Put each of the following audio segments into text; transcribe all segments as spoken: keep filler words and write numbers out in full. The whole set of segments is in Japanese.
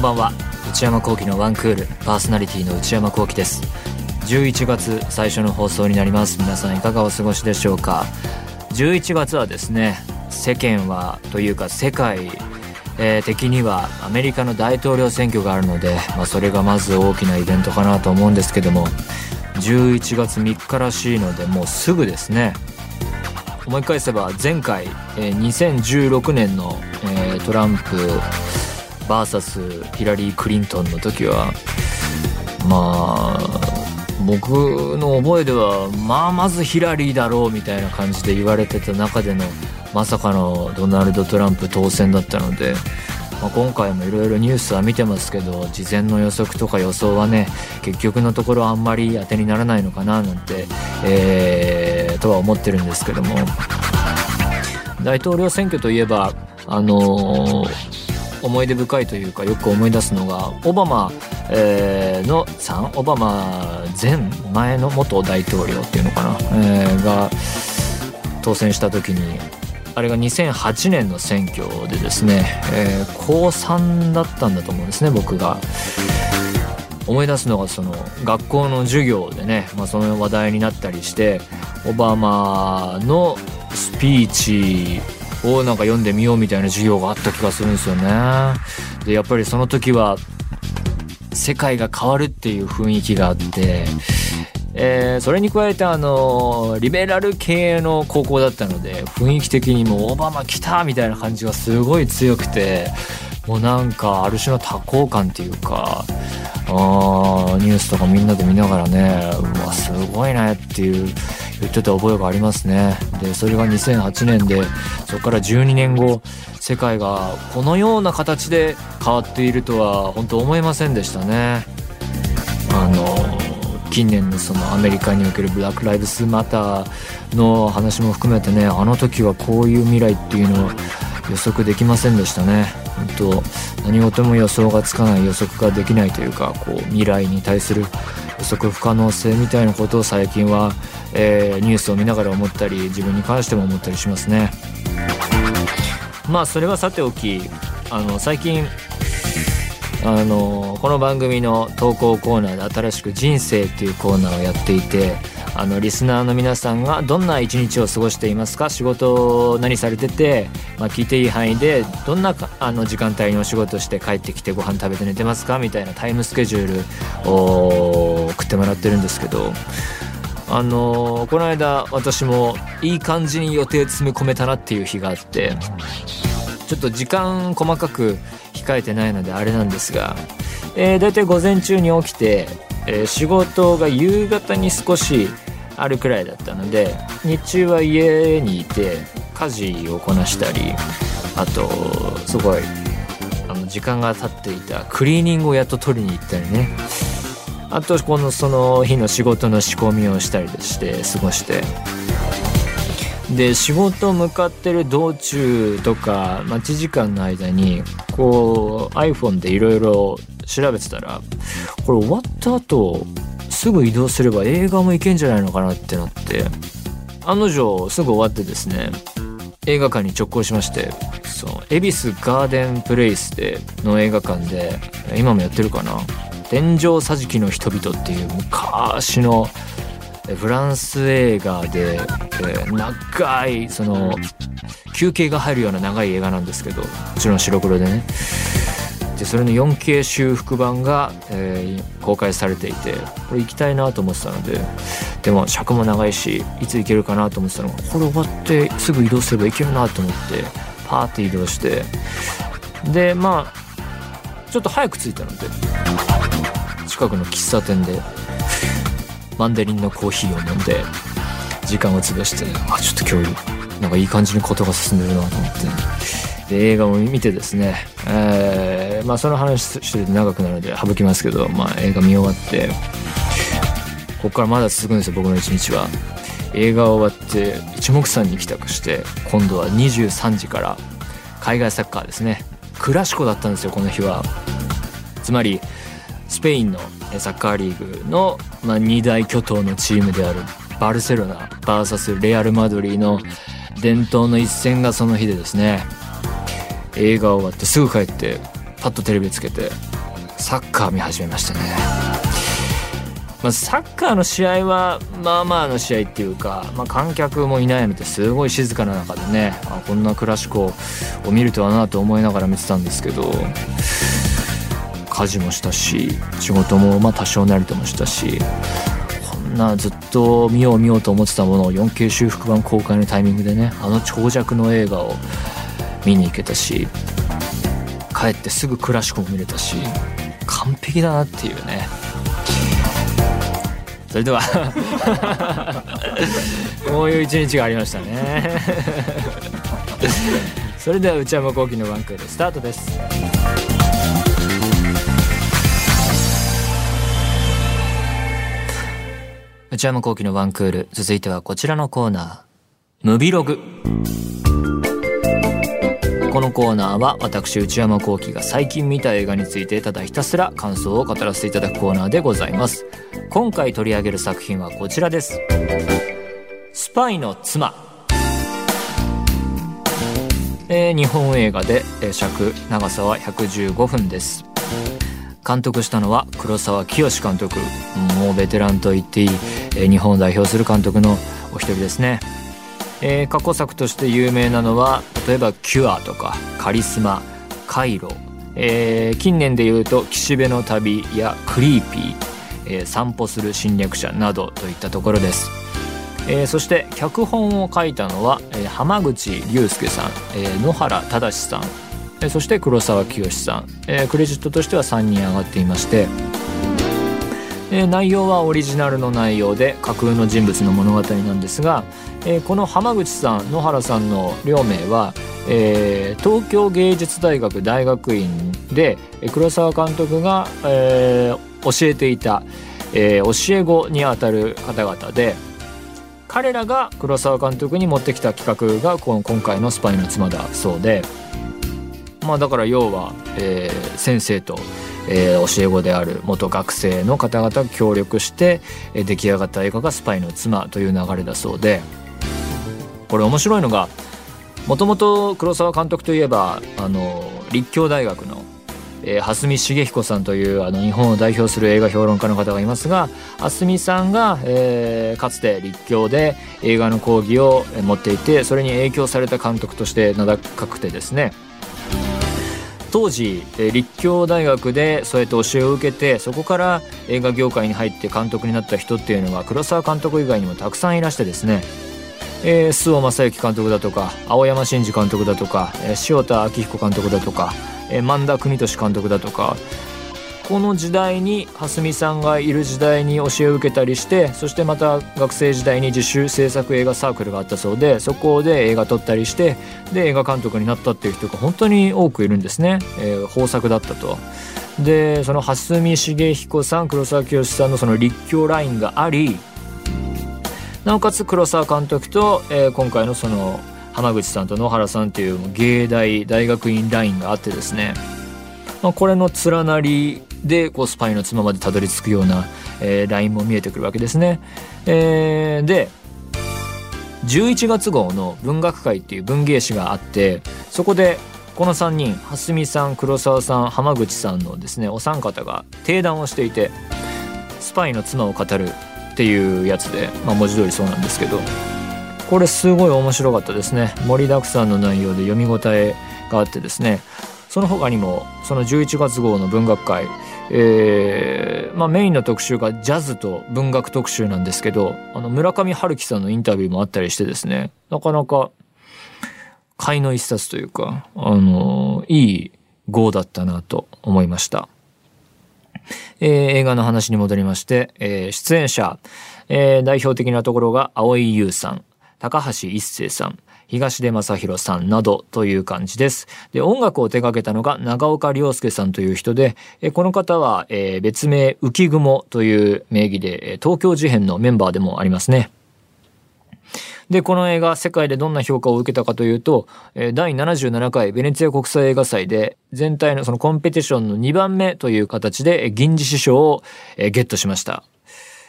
ばんは。内山聖輝のワンクールパーソナリティの内山聖輝です。じゅういちがつ最初の放送になります。皆さんいかがお過ごしでしょうか。じゅういちがつはですね、世間はというか世界、えー、的にはアメリカの大統領選挙があるので、まあ、それがまず大きなイベントかなと思うんですけども、じゅういちがつみっからしいのでもうすぐですね。思い返せば前回、えー、にせんじゅうろくねんの、えー、トランプ ブイエス ヒラリー・クリントンの時は、まあ僕の覚えではまあまずヒラリーだろうみたいな感じで言われてた中でのまさかのドナルド・トランプ当選だったので、まあ、今回もいろいろニュースは見てますけど、事前の予測とか予想はね、結局のところあんまり当てにならないのかななんて、えー、とは思ってるんですけども、大統領選挙といえばあのー思い出深いというかよく思い出すのがオバマ、えー、のさんオバマ前前の元大統領っていうのかな、えー、が当選した時に、あれがにせんはちねんの選挙でですね、えー、こうさんだったんだと思うんですね。僕が思い出すのがその学校の授業でね、まあ、その話題になったりしてオバマのスピーチをなんか読んでみようみたいな授業があった気がするんですよね。でやっぱりその時は世界が変わるっていう雰囲気があって、えー、それに加えてあのリベラル系の高校だったので、雰囲気的にもオバマ来たみたいな感じがすごい強くて、もうなんかある種の多幸感っていうか、あニュースとかみんなで見ながらね、うわすごいねっていう言ってた覚えがありますね。でそれがにせんはちねんで、そこからじゅうにねんご世界がこのような形で変わっているとは本当思いませんでしたね。あの近年のそのアメリカにおけるブラックライブスマターの話も含めてね、あの時はこういう未来っていうのを予測できませんでしたね。本当何事も予想がつかない、予測ができないというか、こう未来に対する予測不可能性みたいなことを最近は、えー、ニュースを見ながら思ったり、自分に関しても思ったりしますね。まあそれはさておき、あの最近あのこの番組の投稿コーナーで新しく人生っていうコーナーをやっていて、あのリスナーの皆さんがどんな一日を過ごしていますか、仕事何されてて、まあ、聞いていい範囲でどんなあの時間帯にお仕事して帰ってきてご飯食べて寝てますかみたいなタイムスケジュールを送ってもらってるんですけど、あのこの間私もいい感じに予定詰め込めたなっていう日があって、ちょっと時間細かく控えてないのであれなんですが、えー、だいたい午前中に起きて、えー、仕事が夕方に少しあるくらいだったので、日中は家にいて家事をこなしたり、あとすごいあの時間が経っていたクリーニングをやっと取りに行ったりね、あとこのその日の仕事の仕込みをしたりして過ごして、で仕事向かってる道中とか待ち時間の間にこう iPhone でいろいろ調べてたら、これ終わった後すぐ移動すれば映画も行けんじゃないのかなってなって、案の定すぐ終わってですね、映画館に直行しまして、そう恵比寿ガーデンプレイスでの映画館で、今もやってるかな、天井桟敷の人々っていう昔のフランス映画で、えー、長いその休憩が入るような長い映画なんですけど、もちろん白黒でね、でそれの よんケー 修復版が、えー、公開されていて、これ行きたいなと思ってたので、でも尺も長いしいつ行けるかなと思ってたのが、これ終わってすぐ移動すれば行けるなと思ってパーって移動して、でまあちょっと早く着いたので近くの喫茶店でマンデリンのコーヒーを飲んで時間を潰して、あちょっと今日なんかいい感じにことが進んでるなと思って、で映画も見てですね、えー、まあその話してると長くなるので省きますけど、まあ映画見終わってここからまだ続くんですよ、僕の一日は。映画終わって一目散に帰宅して、今度はにじゅうさんじから海外サッカーですね、クラシコだったんですよこの日は。つまりスペインのサッカーリーグの、まあ、に大巨頭のチームであるバルセロナ ブイエス レアルマドリーの伝統の一戦がその日でですね、映画終わってすぐ帰ってパッとテレビつけてサッカー見始めましたね。まあ、サッカーの試合はまあまあの試合っていうか、まあ、観客もいないのですごい静かな中でね、あこんなクラシコを見るとはなと思いながら見てたんですけど、家事もしたし仕事もまあ多少なりともしたし、こんなずっと見よう見ようと思ってたものを よんケー 修復版公開のタイミングでね、あの長尺の映画を見に行けたし、帰ってすぐクラシコも見れたし、完璧だなっていうね。それではこういう一日がありましたねそれでは内山聖輝のワンクールスタートです。内山聖輝のワンクール、続いてはこちらのコーナー、ムビログ。このコーナーは私内山聖輝が最近見た映画についてただひたすら感想を語らせていただくコーナーでございます。今回取り上げる作品はこちらです。スパイの妻。えー、日本映画で、えー、尺長さはひゃくじゅうごふんです。監督したのは黒沢清監督、もうベテランと言っていい、えー、日本を代表する監督のお一人ですね。えー、過去作として有名なのは例えばキュアとかカリスマ、カイロ、えー、近年でいうと岸辺の旅やクリーピー、えー、散歩する侵略者などといったところです。えー、そして脚本を書いたのは、えー、浜口竜介さん、えー、野原忠さん、えー、そして黒沢清さん、えー、クレジットとしてはさんにん上がっていまして、えー、内容はオリジナルの内容で架空の人物の物語なんですが、えー、この浜口さん、野原さんの両名は、えー、東京芸術大学大学院で黒沢監督が、えー、教えていた、えー、教え子にあたる方々で、彼らが黒沢監督に持ってきた企画がこの今回のスパイの妻だそうで、まあだから要は、えー、先生と、えー、教え子である元学生の方々が協力して、えー、出来上がった映画がスパイの妻という流れだそうで、これ面白いのが、もともと黒沢監督といえばあの立教大学のえー、蓮見茂彦さんというあの日本を代表する映画評論家の方がいますが、蓮見さんが、えー、かつて立教で映画の講義を持っていて、それに影響された監督として名高くてですね、当時、えー、立教大学でそうやって教えを受けて、そこから映画業界に入って監督になった人っていうのは黒沢監督以外にもたくさんいらしてですね、えー、周防正行監督だとか青山真治監督だとか、えー、塩田明彦監督だとか、えー、萬田邦俊監督だとか、この時代に蓮見さんがいる時代に教えを受けたりして、そしてまた学生時代に自主制作映画サークルがあったそうで、そこで映画撮ったりして、で映画監督になったっていう人が本当に多くいるんですね。えー、豊作だったと。でその蓮見茂彦さん、黒沢清さんのその立教ラインがあり、なおかつ黒沢監督と、えー、今回のその浜口さんと野原さんっていう芸大大学院ラインがあってですね、まあ、これの連なりでこうスパイの妻までたどり着くような、えー、ラインも見えてくるわけですね。えー、でじゅういちがつ号の文学会っていう文芸誌があって、そこでこのさんにん、蓮見さん、黒沢さん、浜口さんのですねお三方が定談をしていて、スパイの妻を語るっていうやつで、まあ、文字通りそうなんですけど、これすごい面白かったですね。盛りだくさんの内容で読み応えがあってですね、その他にもそのじゅういちがつ号の文学会、えーまあ、メインの特集がジャズと文学特集なんですけど、あの村上春樹さんのインタビューもあったりしてですね、なかなか買いの一冊というか、あのいい号だったなと思いました。えー、映画の話に戻りまして、えー、出演者、えー、代表的なところが蒼井優さん、高橋一生さん、東出昌大さんなどという感じです。で、音楽を手掛けたのが長岡亮介さんという人で、えー、この方は、えー、別名浮雲という名義で東京事変のメンバーでもありますね。で、この映画世界でどんな評価を受けたかというと、だいななじゅうななかいベネツィア国際映画祭で全体のそのコンペティションのにばんめという形で銀獅子賞をゲットしました。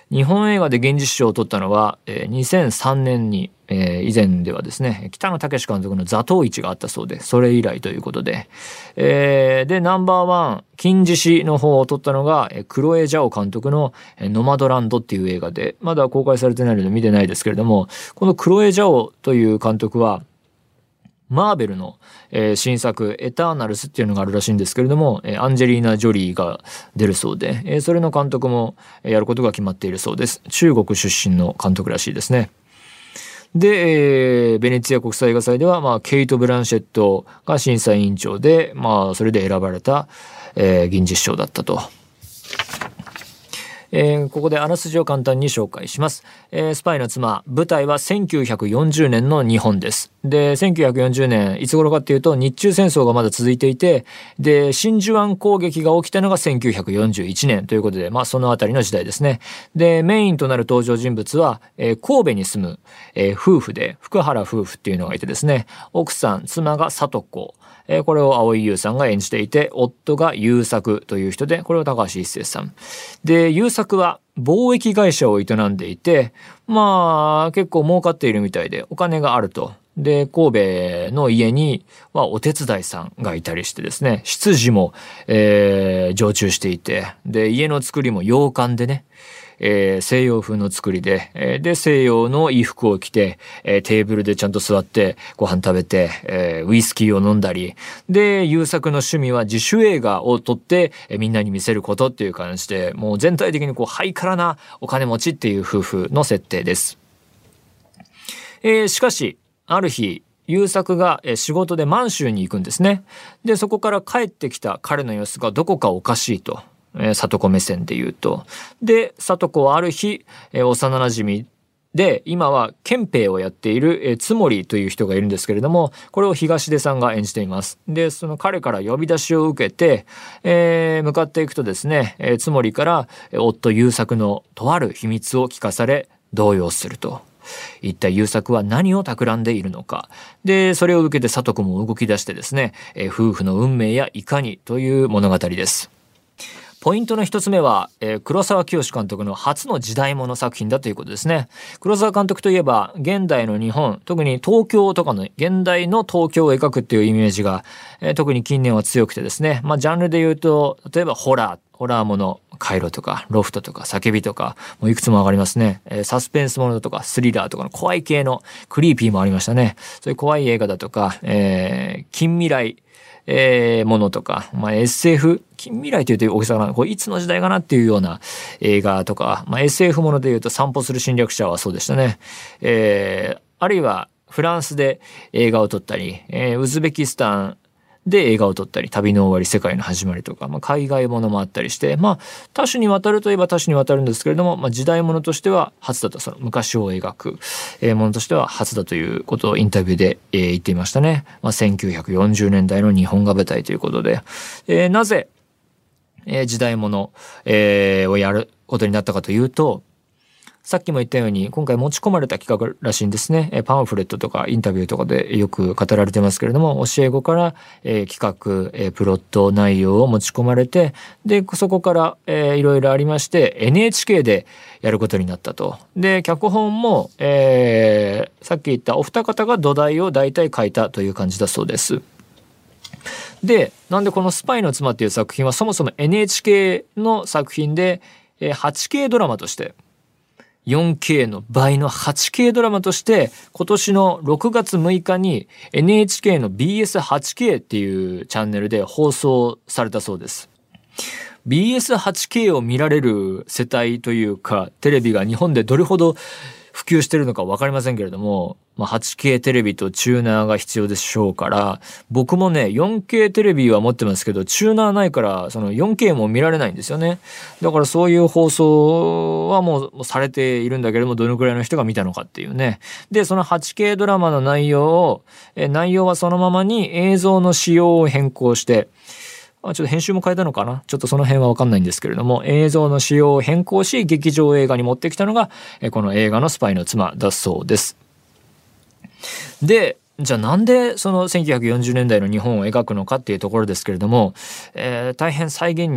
日本映画で銀獅子賞を取ったのは、えー、にせんさんねんに、えー、以前ではですね、北野武監督の座頭市があったそうで、それ以来ということで、えー、で、ナンバーワン、金獅子の方を取ったのが、えー、クロエ・ジャオ監督のノマドランドっていう映画で、まだ公開されてないので見てないですけれども、このクロエ・ジャオという監督は、マーベルの、えー、新作エターナルスっていうのがあるらしいんですけれども、えー、アンジェリーナ・ジョリーが出るそうで、えー、それの監督もやることが決まっているそうです。中国出身の監督らしいですね。で、えー、ベネツィア国際映画祭では、まあ、ケイト・ブランシェットが審査委員長で、まあ、それで選ばれた、えー、銀獅子賞だったと。えー、ここであらすじを簡単に紹介します。えー、スパイの妻、舞台はせんきゅうひゃくよんじゅうねんの日本です。で、せんきゅうひゃくよんじゅうねん、いつ頃かっていうと、日中戦争がまだ続いていて、で、真珠湾攻撃が起きたのがせんきゅうひゃくよんじゅういちねんということで、まあ、そのあたりの時代ですね。で、メインとなる登場人物は、えー、神戸に住む、えー、夫婦で、福原夫婦っていうのがいてですね、奥さん、妻が里子、えー、これを蒼井優さんが演じていて、夫が優作という人で、これを高橋一生さん。で、優作は貿易会社を営んでいて、まあ、結構儲かっているみたいで、お金があると。で、神戸の家にはお手伝いさんがいたりしてですね、執事も、えー、常駐していて、で、家の作りも洋館でね、えー、西洋風の作りで、えー、で、西洋の衣服を着て、えー、テーブルでちゃんと座ってご飯食べて、えー、ウイスキーを飲んだり、で、優作の趣味は自主映画を撮って、えー、みんなに見せることっていう感じで、もう全体的にこうハイカラなお金持ちっていう夫婦の設定です。えー、しかし、ある日、優作が仕事で満州に行くんですね。で、そこから帰ってきた彼の様子がどこかおかしいと。えー、里子目線で言うと。で、里子はある日、えー、幼馴染で、今は憲兵をやっている、えー、つもりという人がいるんですけれども、これを東出さんが演じています。で、その彼から呼び出しを受けて、えー、向かっていくとですね、えー、つもりから、夫優作のとある秘密を聞かされ、動揺すると。一体優作は何を企んでいるのか。で、それを受けて里子も動き出してですね、えー、夫婦の運命やいかにという物語です。ポイントの一つ目は、えー、黒沢清監督の初の時代物作品だということですね。黒沢監督といえば、現代の日本、特に東京とかの現代の東京を描くっていうイメージが、えー、特に近年は強くてですね、まあジャンルで言うと、例えばホラー、ホラーもの、カイロとか、ロフトとか、叫びとか、もういくつも上がりますね。えー、サスペンスものとか、スリラーとかの怖い系のクリーピーもありましたね。そういう怖い映画だとか、えー、近未来、えー、ものとか、まあ、エスエフ、近未来というと大げさかな、こういつの時代かなっていうような映画とか、まあ、エスエフ ものでいうと散歩する侵略者はそうでしたね。えー、あるいはフランスで映画を撮ったり、えー、ウズベキスタンで映画を撮ったり、旅の終わり、世界の始まりとか、まあ、海外ものもあったりして、まあ、多種にわたるといえば多種にわたるんですけれども、まあ、時代物としては初だと、その昔を描く、えー、ものとしては初だということをインタビューで、えー、言っていましたね。まあ、せんきゅうひゃくよんじゅうねんだいの日本が舞台ということで、えー、なぜ、えー、時代物、えー、をやることになったかというと、さっきも言ったように今回持ち込まれた企画らしいんですね。パンフレットとかインタビューとかでよく語られてますけれども、教え子から、えー、企画、えー、プロット内容を持ち込まれて、で、そこから、えー、いろいろありまして、エヌエイチケー でやることになったと。で、脚本も、えー、さっき言ったお二方が土台を大体書いたという感じだそうです。で、なんでこのスパイの妻っていう作品はそもそも エヌエイチケー の作品で、えー、はちケー ドラマとして、よんケー の倍の はちケー ドラマとして今年のろくがつむいかに エヌエイチケー の ビーエスはちケー っていうチャンネルで放送されたそうです。ビーエスはちケー を見られる世帯というかテレビが日本でどれほど普及してるのか分かりませんけれども、まあ、はちケー テレビとチューナーが必要でしょうから、僕もね よんケー テレビは持ってますけどチューナーないからその よんケー も見られないんですよね。だからそういう放送はもうされているんだけれども、どのくらいの人が見たのかっていうね。でその はちケー ドラマの内容をえ内容はそのままに映像の仕様を変更して、ちょっと編集も変えたのかな、ちょっとその辺は分かんないんですけれども、映像の仕様を変更し劇場映画に持ってきたのがこの映画のスパイの妻だそうです。で、じゃあなんでそのせんきゅうひゃくよんじゅうねんだいの日本を描くのかっていうところですけれども、えー、大変再現に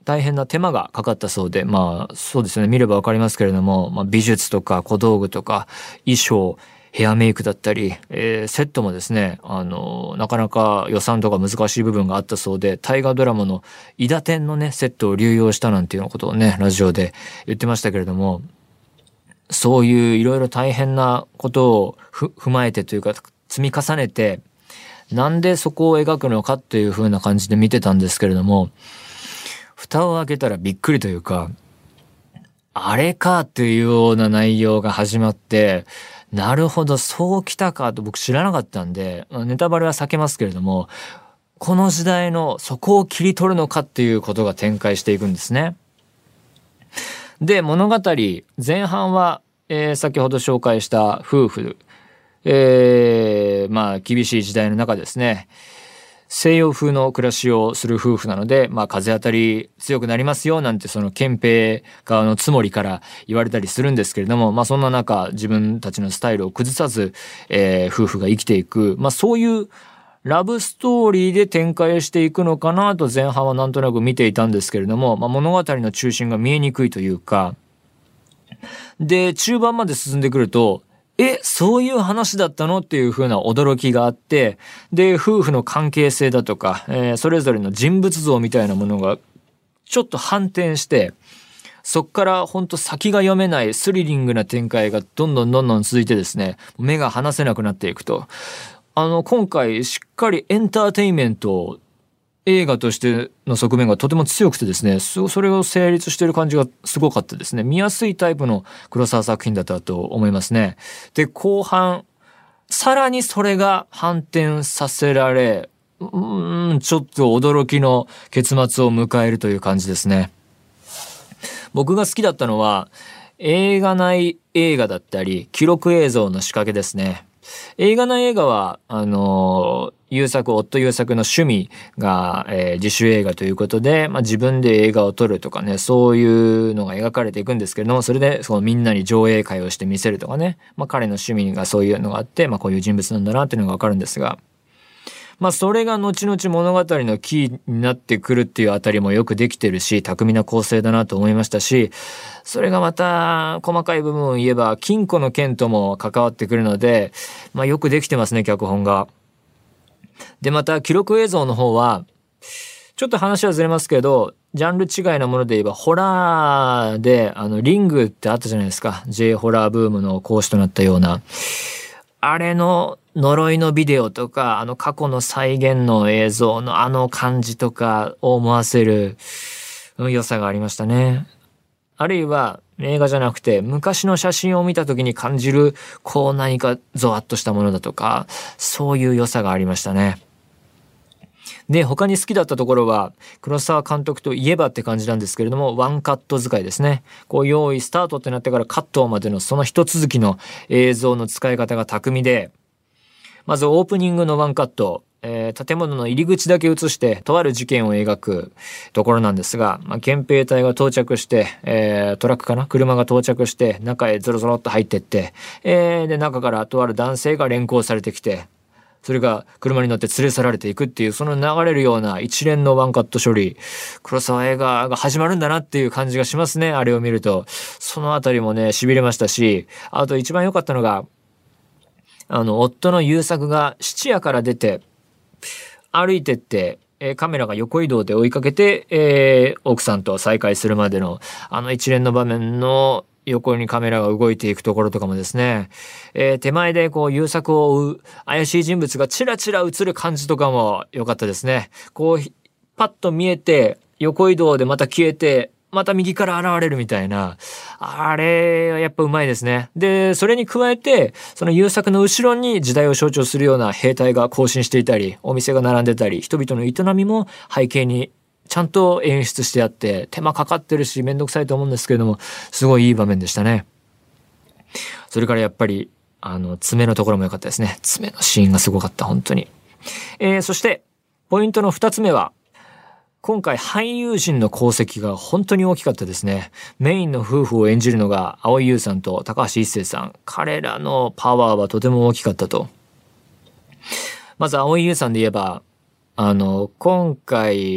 大変な手間がかかったそうで、まあそうですね、見ればわかりますけれども、まあ、美術とか小道具とか衣装、ヘアメイクだったり、えー、セットもですね、あのなかなか予算とか難しい部分があったそうで、大河ドラマの伊達天のねセットを流用したなんていうようなことをねラジオで言ってましたけれども、そういういろいろ大変なことをふ踏まえてというか積み重ねて、なんでそこを描くのかっていう風な感じで見てたんですけれども、蓋を開けたらびっくりというか、あれかっていうような内容が始まって、なるほどそうきたかと僕知らなかったんで、ネタバレは避けますけれども、この時代のそこを切り取るのかっていうことが展開していくんですね。で、物語前半は、えー、先ほど紹介した夫婦、えー、まあ厳しい時代の中ですね、西洋風の暮らしをする夫婦なので、まあ風当たり強くなりますよなんてその憲兵側のつもりから言われたりするんですけれども、まあそんな中自分たちのスタイルを崩さず、えー、夫婦が生きていく、まあそういうラブストーリーで展開していくのかなと前半はなんとなく見ていたんですけれども、まあ物語の中心が見えにくいというか、で中盤まで進んでくると、え、そういう話だったのっていう風な驚きがあって、で、夫婦の関係性だとか、えー、それぞれの人物像みたいなものがちょっと反転して、そっからほんと先が読めないスリリングな展開がどんどんどんどん続いてですね、目が離せなくなっていくと。あの、今回しっかりエンターテインメント映画としての側面がとても強くてですね、それを成立している感じがすごかったですね。見やすいタイプの黒沢作品だったと思いますね。で、後半、さらにそれが反転させられ、うーん、ちょっと驚きの結末を迎えるという感じですね。僕が好きだったのは、映画内映画だったり、記録映像の仕掛けですね。映画内映画は、あのー、優作、夫優作の趣味が、えー、自主映画ということで、まあ、自分で映画を撮るとかね、そういうのが描かれていくんですけれども、それでそのみんなに上映会をして見せるとかね、まあ、彼の趣味がそういうのがあって、まあ、こういう人物なんだなっていうのがわかるんですが、まあそれが後々物語のキーになってくるっていうあたりもよくできてるし、巧みな構成だなと思いましたし、それがまた細かい部分を言えば金庫の件とも関わってくるので、まあよくできてますね、脚本が。で、また記録映像の方は、ちょっと話はずれますけど、ジャンル違いなもので言えば、ホラーで、あの、リングってあったじゃないですか。J ホラーブームの講師となったような。あれの呪いのビデオとか、あの過去の再現の映像のあの感じとかを思わせる良さがありましたね。あるいは映画じゃなくて昔の写真を見た時に感じるこう何かゾワッとしたものだとか、そういう良さがありましたね。で、他に好きだったところは、黒沢監督といえばって感じなんですけれども、ワンカット使いですね。こう、用意スタートってなってからカットまでのその一続きの映像の使い方が巧みで、まずオープニングのワンカット、えー、建物の入り口だけ映して、とある事件を描くところなんですが、まあ、憲兵隊が到着して、えー、トラックかな車が到着して、中へゾロゾロっと入ってって、えー、で、中からとある男性が連行されてきて、それが車に乗って連れ去られていくっていう、その流れるような一連のワンカット処理、黒沢映画が始まるんだなっていう感じがしますね、あれを見ると。そのあたりもね、痺れましたし、あと一番良かったのが、あの、夫の優作が質屋から出て、歩いてって、えー、カメラが横移動で追いかけて、えー、奥さんと再会するまでの、あの一連の場面の横にカメラが動いていくところとかもですね、えー、手前でこう優作を追う怪しい人物がチラチラ映る感じとかも良かったですね。こう、パッと見えて、横移動でまた消えて、また右から現れるみたいな、あれはやっぱうまいですね。で、それに加えて、その優作の後ろに時代を象徴するような兵隊が行進していたり、お店が並んでたり、人々の営みも背景にちゃんと演出してあって、手間かかってるしめんどくさいと思うんですけれども、すごいいい場面でしたね。それからやっぱり、あの、爪のところも良かったですね。爪のシーンがすごかった、本当に。えー、そして、ポイントの二つ目は、今回俳優陣の功績が本当に大きかったですね。メインの夫婦を演じるのが蒼井優さんと高橋一生さん。彼らのパワーはとても大きかったと。まず蒼井優さんで言えば、あの、今回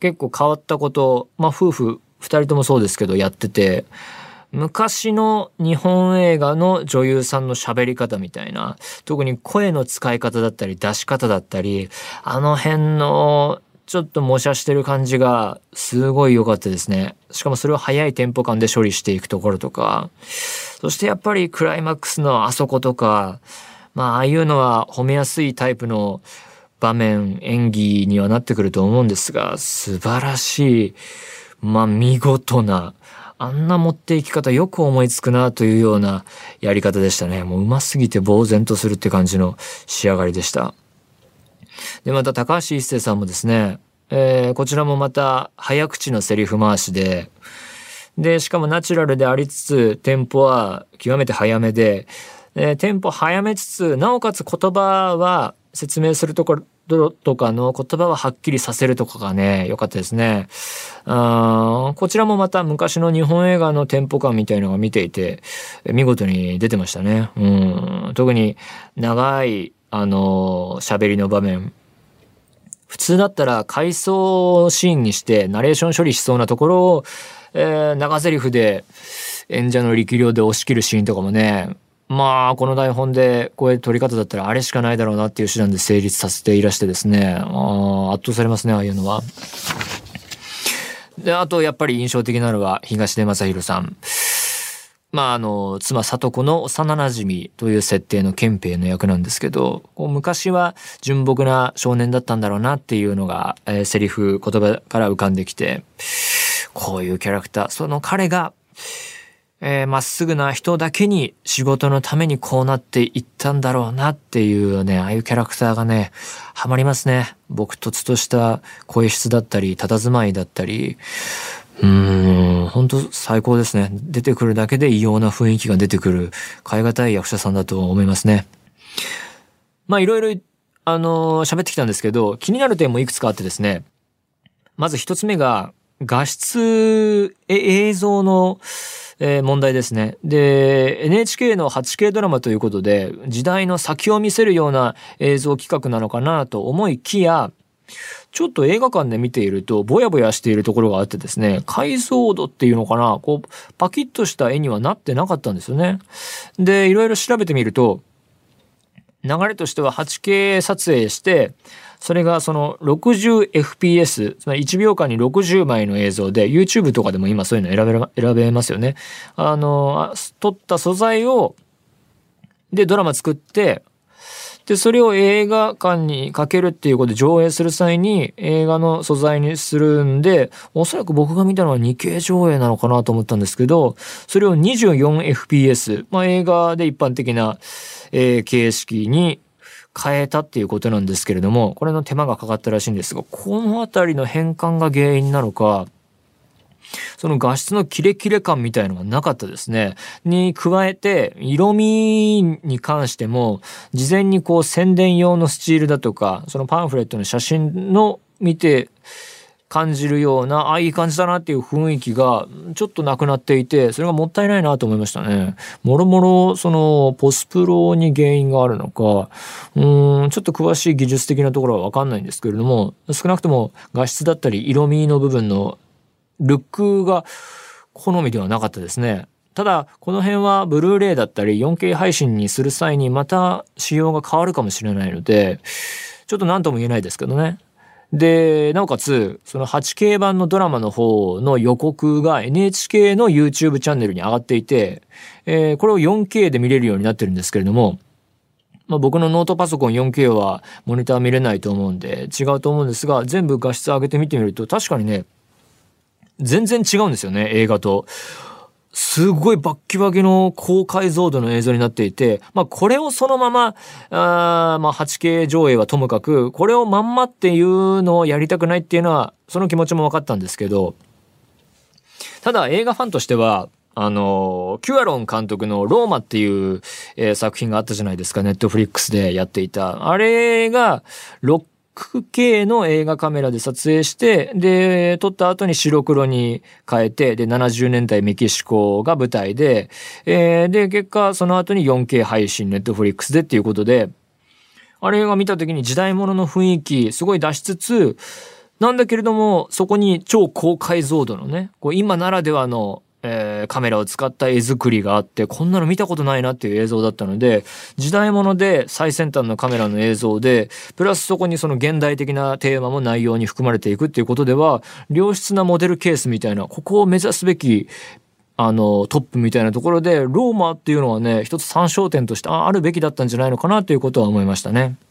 結構変わったこと、まあ夫婦二人ともそうですけどやってて、昔の日本映画の女優さんの喋り方みたいな、特に声の使い方だったり出し方だったり、あの辺のちょっと模写してる感じがすごい良かったですね。しかもそれを早いテンポ感で処理していくところとか、そしてやっぱりクライマックスのあそことか、まあああいうのは褒めやすいタイプの場面、演技にはなってくると思うんですが、素晴らしい、まあ見事な、あんな持っていき方よく思いつくなというようなやり方でしたね。もう上手すぎて呆然とするって感じの仕上がりでした。で、また高橋一生さんもですね、えー、こちらもまた早口のセリフ回しで、で、しかもナチュラルでありつつ、テンポは極めて早めで、えー、テンポ早めつつ、なおかつ言葉は説明するところとかの言葉ははっきりさせるとかがね、良かったですね。あこちらもまた昔の日本映画のテンポ感みたいのが見ていて、見事に出てましたね。うん、特に長い、あのー、喋りの場面。普通だったら回想シーンにしてナレーション処理しそうなところを、えー、長台詞で演者の力量で押し切るシーンとかもね、まあこの台本でこういう撮り方だったらあれしかないだろうなっていう手段で成立させていらしてですね、あ圧倒されますね、ああいうのは。で、あとやっぱり印象的なのは東出昌大さん。まああの妻里子の幼馴染という設定の憲兵の役なんですけど、こう昔は純朴な少年だったんだろうなっていうのが、えー、セリフ言葉から浮かんできて、こういうキャラクター、その彼がえー、まっすぐな人だけに仕事のためにこうなっていったんだろうなっていうね、ああいうキャラクターがね、ハマりますね。朴訥とした声質だったり、佇まいだったり、うーん、本当最高ですね。出てくるだけで異様な雰囲気が出てくる、変え難い役者さんだと思いますね。まあいろいろ、あのー、喋ってきたんですけど、気になる点もいくつかあってですね、まず一つ目が、画質、映像の、えー、問題ですね。で、エヌエイチケー の はちケー ドラマということで、時代の先を見せるような映像企画なのかなと思いきや、ちょっと映画館で見ていると、ぼやぼやしているところがあってですね、解像度っていうのかな、こう、パキッとした絵にはなってなかったんですよね。で、いろいろ調べてみると、流れとしては はちケー 撮影して、それがその ろくじゅうエフピーエス、つまりいちびょうかんにろくじゅうまいの映像で、YouTube とかでも今そういうの選べ、選べますよね。あの、撮った素材を、で、ドラマ作って、で、それを映画館にかけるっていうことで上映する際に映画の素材にするんで、おそらく僕が見たのは にケー 上映なのかなと思ったんですけど、それを にじゅうよんエフピーエス、まあ映画で一般的な、えー、形式に変えたっていうことなんですけれども、これの手間がかかったらしいんですが、このあたりの変換が原因なのか、その画質のキレキレ感みたいのがなかったですね。に加えて、色味に関しても、事前にこう宣伝用のスチールだとか、そのパンフレットの写真の見て感じるような、あ、いい感じだなっていう雰囲気がちょっとなくなっていて、それがもったいないなと思いましたね。もろもろ、その、ポスプロに原因があるのか、うーん、ちょっと詳しい技術的なところはわかんないんですけれども、少なくとも画質だったり色味の部分のルックが好みではなかったですね。ただこの辺はブルーレイだったり よんケー 配信にする際にまた仕様が変わるかもしれないので、ちょっと何とも言えないですけどね。で、なおかつその はちケー 版のドラマの方の予告が エヌエイチケー の YouTube チャンネルに上がっていて、えー、これを よんケー で見れるようになってるんですけれども、まあ、僕のノートパソコン よんケー はモニター見れないと思うんで違うと思うんですが、全部画質上げてみてみると確かにね、全然違うんですよね、映画と。すごいバッキバキの高解像度の映像になっていて、まあこれをそのまま、あまあ はちケー 上映はともかく、これをまんまっていうのをやりたくないっていうのは、その気持ちも分かったんですけど、ただ映画ファンとしては、あの、キュアロン監督のローマっていう、えー、作品があったじゃないですか、ネットフリックスでやっていた。あれが、ろくケー の映画カメラで撮影して、で、撮った後に白黒に変えて、で、ななじゅうねんだいメキシコが舞台で、えー、で、結果、その後に よんケー 配信、ネットフリックスでっていうことで、あれが見た時に時代物の雰囲気、すごい出しつつ、 なんだけれども、そこに超高解像度のね、こう今ならではの、えー、カメラを使った絵作りがあって、こんなの見たことないなっていう映像だったので、時代物で最先端のカメラの映像で、プラスそこにその現代的なテーマも内容に含まれていくっていうことでは、良質なモデルケースみたいな、ここを目指すべきあのトップみたいなところで、ローマっていうのはね、一つ参照点としてあるべきだったんじゃないのかなということは思いましたね。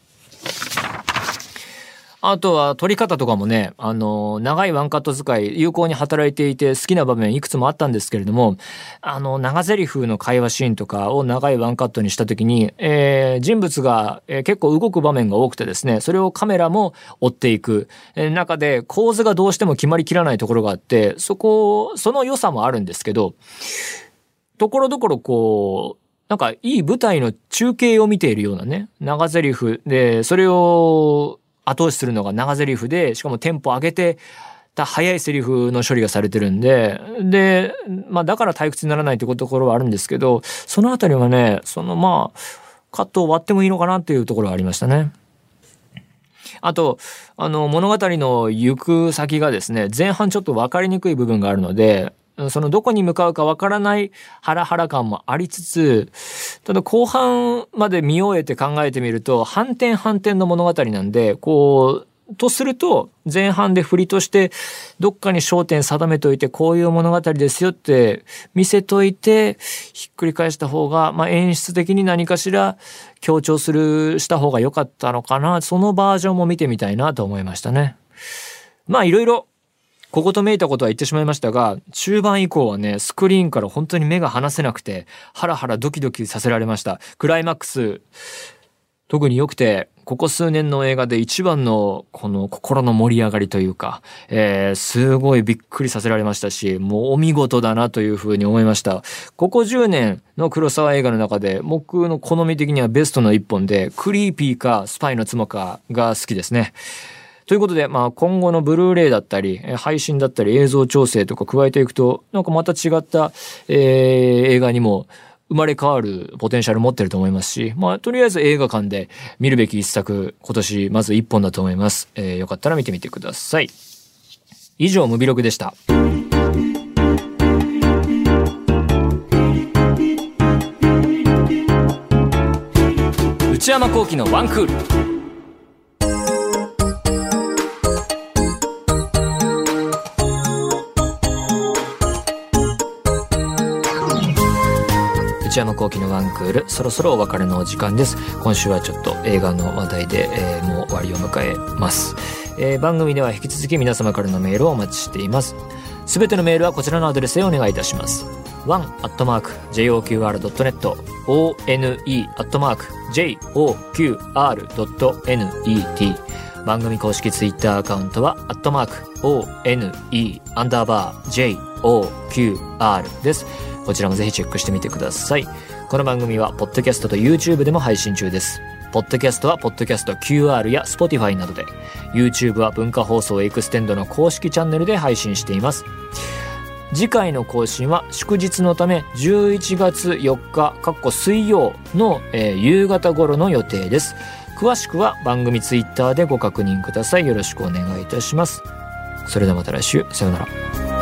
あとは撮り方とかもね、あの長いワンカット使い有効に働いていて、好きな場面いくつもあったんですけれども、あの長台詞の会話シーンとかを長いワンカットにした時に、えー、人物が、えー、結構動く場面が多くてですね、それをカメラも追っていく、えー、中で構図がどうしても決まりきらないところがあって、そこその良さもあるんですけど、ところどころこうなんかいい舞台の中継を見ているようなね、長台詞で、それを後押しするのが長台詞で、しかもテンポ上げてた早いセリフの処理がされてるんで、で、まあだから退屈にならないってところはあるんですけど、そのあたりはね、そのまあカットを割ってもいいのかなっていうところはありましたね。あと、あの物語の行く先がですね、前半ちょっと分かりにくい部分があるので、そのどこに向かうかわからないハラハラ感もありつつ、ただ後半まで見終えて考えてみると、反転反転の物語なんで、こう、とすると前半で振りとしてどっかに焦点定めといて、こういう物語ですよって見せといて、ひっくり返した方が、まあ演出的に何かしら強調する、した方が良かったのかな。そのバージョンも見てみたいなと思いましたね。まあいろいろ、こことめいたことは言ってしまいましたが、中盤以降はね、スクリーンから本当に目が離せなくて、ハラハラドキドキさせられました。クライマックス、特に良くて、ここ数年の映画で一番のこの心の盛り上がりというか、えー、すごいびっくりさせられましたし、もうお見事だなというふうに思いました。ここじゅうねんの黒沢映画の中で、僕の好み的にはベストの一本で、クリーピーかスパイの妻かが好きですね。ということで、まあ今後のブルーレイだったり、配信だったり映像調整とか加えていくと、なんかまた違った、えー、映画にも生まれ変わるポテンシャル持ってると思いますし、まあとりあえず映画館で見るべき一作、今年まず一本だと思います。えー、よかったら見てみてください。以上、ムビログでした。内山聖輝のワンクール。内山聖輝のワンクール、そろそろお別れのお時間です。今週はちょっと映画の話題で、えー、もう終わりを迎えます、えー、番組では引き続き皆様からのメールをお待ちしています。すべてのメールはこちらのアドレスへお願いいたします。ワン アットマーク ジェイオーキューアール ドットネット オーエヌイー アットマーク ジェイオーキューアール ドットネット 番組公式ツイッターアカウントはアットマーク オーエヌイー アンダーバー ジェイオーキューアール です。こちらもぜひチェックしてみてください。この番組はポッドキャストと YouTube でも配信中です。ポッドキャストはポッドキャスト キューアール や Spotify などで、 YouTube は文化放送エクステンドの公式チャンネルで配信しています。次回の更新は祝日のためじゅういちがつよっかかっこ水曜の、えー、夕方頃の予定です。詳しくは番組ツイッターでご確認ください。よろしくお願いいたします。それではまた来週、さようなら。